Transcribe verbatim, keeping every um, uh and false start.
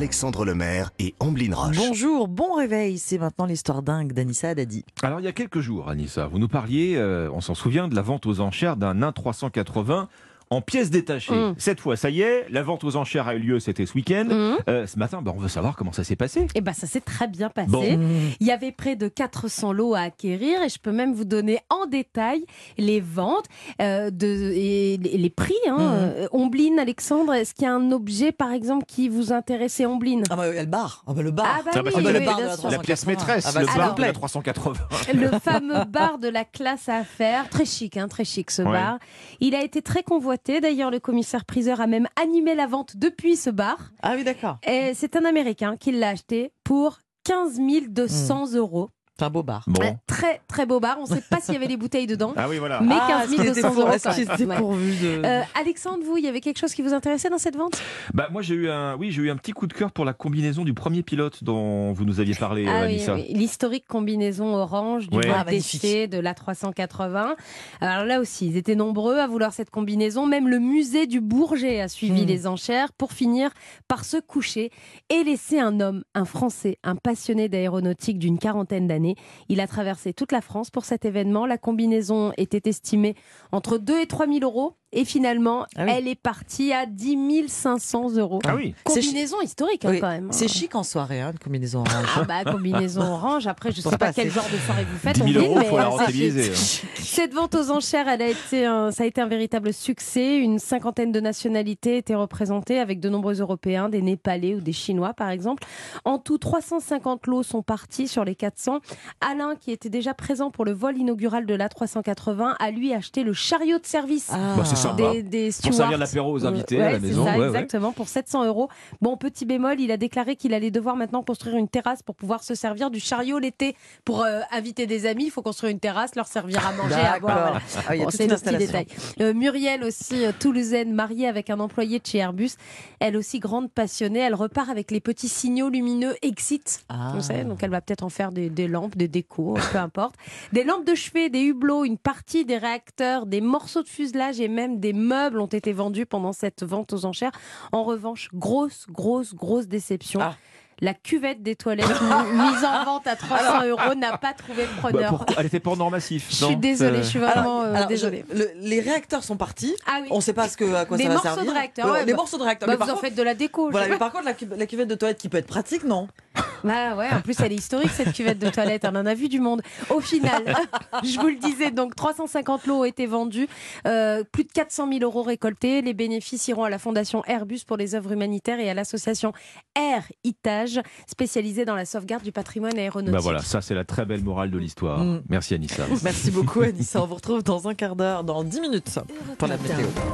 Alexandre Lemaire et Amblin Roche. Bonjour, bon réveil, c'est maintenant l'histoire dingue d'Anissa Haddadi. Alors il y a quelques jours, Anissa, vous nous parliez, euh, on s'en souvient, de la vente aux enchères d'un A trois cent quatre-vingts en pièces détachées. Mmh. Cette fois, ça y est, la vente aux enchères a eu lieu, c'était ce week-end. Mmh. Euh, ce matin, bah, on veut savoir comment ça s'est passé. Eh ben, ça s'est très bien passé. Bon. Mmh. Il y avait près de quatre cents lots à acquérir et je peux même vous donner en détail les ventes euh, de, et les prix. Hein. Mmh. Euh, Omblin, Alexandre, est-ce qu'il y a un objet, par exemple, qui vous intéressait, Omblin ? Ah bah, il y a le bar. Ah bah, le bar. Ah bah, ah bah, oui, oui, oui, le bar de la, la pièce maîtresse, ah bah, le bar alors, de la trois cent quatre-vingts. Le fameux bar de la classe à faire. Très chic, hein, très chic ce ouais. bar. Il a été très convoité. D'ailleurs, le commissaire priseur a même animé la vente depuis ce bar. Ah oui, d'accord. Et c'est un Américain qui l'a acheté pour quinze mille deux cents mmh. euros. C'est un beau bar. Bon. Un très très beau bar. On ne sait pas s'il y avait des bouteilles dedans. Ah oui, voilà. Mais ah, quinze mille deux cents euros. Est-ce qu'il était pourvu de... euh, Alexandre, vous, il y avait quelque chose qui vous intéressait dans cette vente ? Bah moi j'ai eu un, oui j'ai eu un petit coup de cœur pour la combinaison du premier pilote dont vous nous aviez parlé, ah, Anissa. Oui, oui. L'historique combinaison orange du ouais. bois ah, D C de l'A trois cent quatre-vingts. Alors là aussi, ils étaient nombreux à vouloir cette combinaison. Même le musée du Bourget a suivi mmh. les enchères pour finir par se coucher et laisser un homme, un Français, un passionné d'aéronautique d'une quarantaine d'années. Il a traversé toute la France pour cet événement. La combinaison était estimée entre deux et trois mille euros. Et finalement, ah oui. elle est partie à dix mille cinq cents euros. Ah oui. Combinaison chi- historique, hein, oui. quand même. C'est chic en soirée, hein, une combinaison orange. Ah bah, combinaison orange. Après, je ne sais pas, pas quel genre de soirée vous faites. dix mille euros, il faut la euh, rentabiliser. Hein. Cette vente aux enchères, elle a été un, ça a été un véritable succès. Une cinquantaine de nationalités étaient représentées avec de nombreux Européens, des Népalais ou des Chinois, par exemple. En tout, trois cent cinquante lots sont partis sur les quatre cents. Alain, qui était déjà présent pour le vol inaugural de l'A trois cent quatre-vingts, a lui acheté le chariot de service ah. bah, c'est sympa. des, des Pour servir l'apéro aux invités ouais, à la maison. C'est ça, ouais, exactement, ouais. pour sept cents euros. Bon, petit bémol, il a déclaré qu'il allait devoir maintenant construire une terrasse pour pouvoir se servir du chariot l'été. Pour euh, inviter des amis, il faut construire une terrasse, leur servir à manger, à boire. Voilà. Ah, bon, c'est le petit détail. Euh, Muriel aussi, euh, toulousaine, mariée avec un employé de chez Airbus. Elle aussi grande passionnée. Elle repart avec les petits signaux lumineux Exit. Ah. Vous savez, donc elle va peut-être en faire des, des lampes, des décos, peu importe. Des lampes de chevet, des hublots, une partie des réacteurs, des morceaux de fuselage et même des meubles ont été vendus pendant cette vente aux enchères. En revanche, grosse, grosse, grosse déception. Ah. La cuvette des toilettes mise en vente à trois cents euros n'a pas trouvé preneur. Bah elle était pas en or massif. Je suis désolée, je suis vraiment alors, euh, alors, désolée. Je, le, les réacteurs sont partis. Ah oui. On ne sait pas ce que, à quoi des ça va servir. Des morceaux de réacteurs. Euh, ouais, les bah, morceaux de réacteurs. Bah, mais vous en contre, faites de la déco. Voilà, mais par contre, la, cu- la cuvette de toilette qui peut être pratique, non ? Bah ouais, en plus elle est historique cette cuvette de toilette, on en a vu du monde. Au final, je vous le disais, donc trois cent cinquante lots ont été vendus, euh, plus de quatre cent mille euros récoltés. Les bénéfices iront à la fondation Airbus pour les œuvres humanitaires et à l'association Air Itage, spécialisée dans la sauvegarde du patrimoine aéronautique. Bah voilà, ça c'est la très belle morale de l'histoire. Mmh. Merci Anissa. Merci beaucoup Anissa, on vous retrouve dans un quart d'heure, dans dix minutes pour la météo.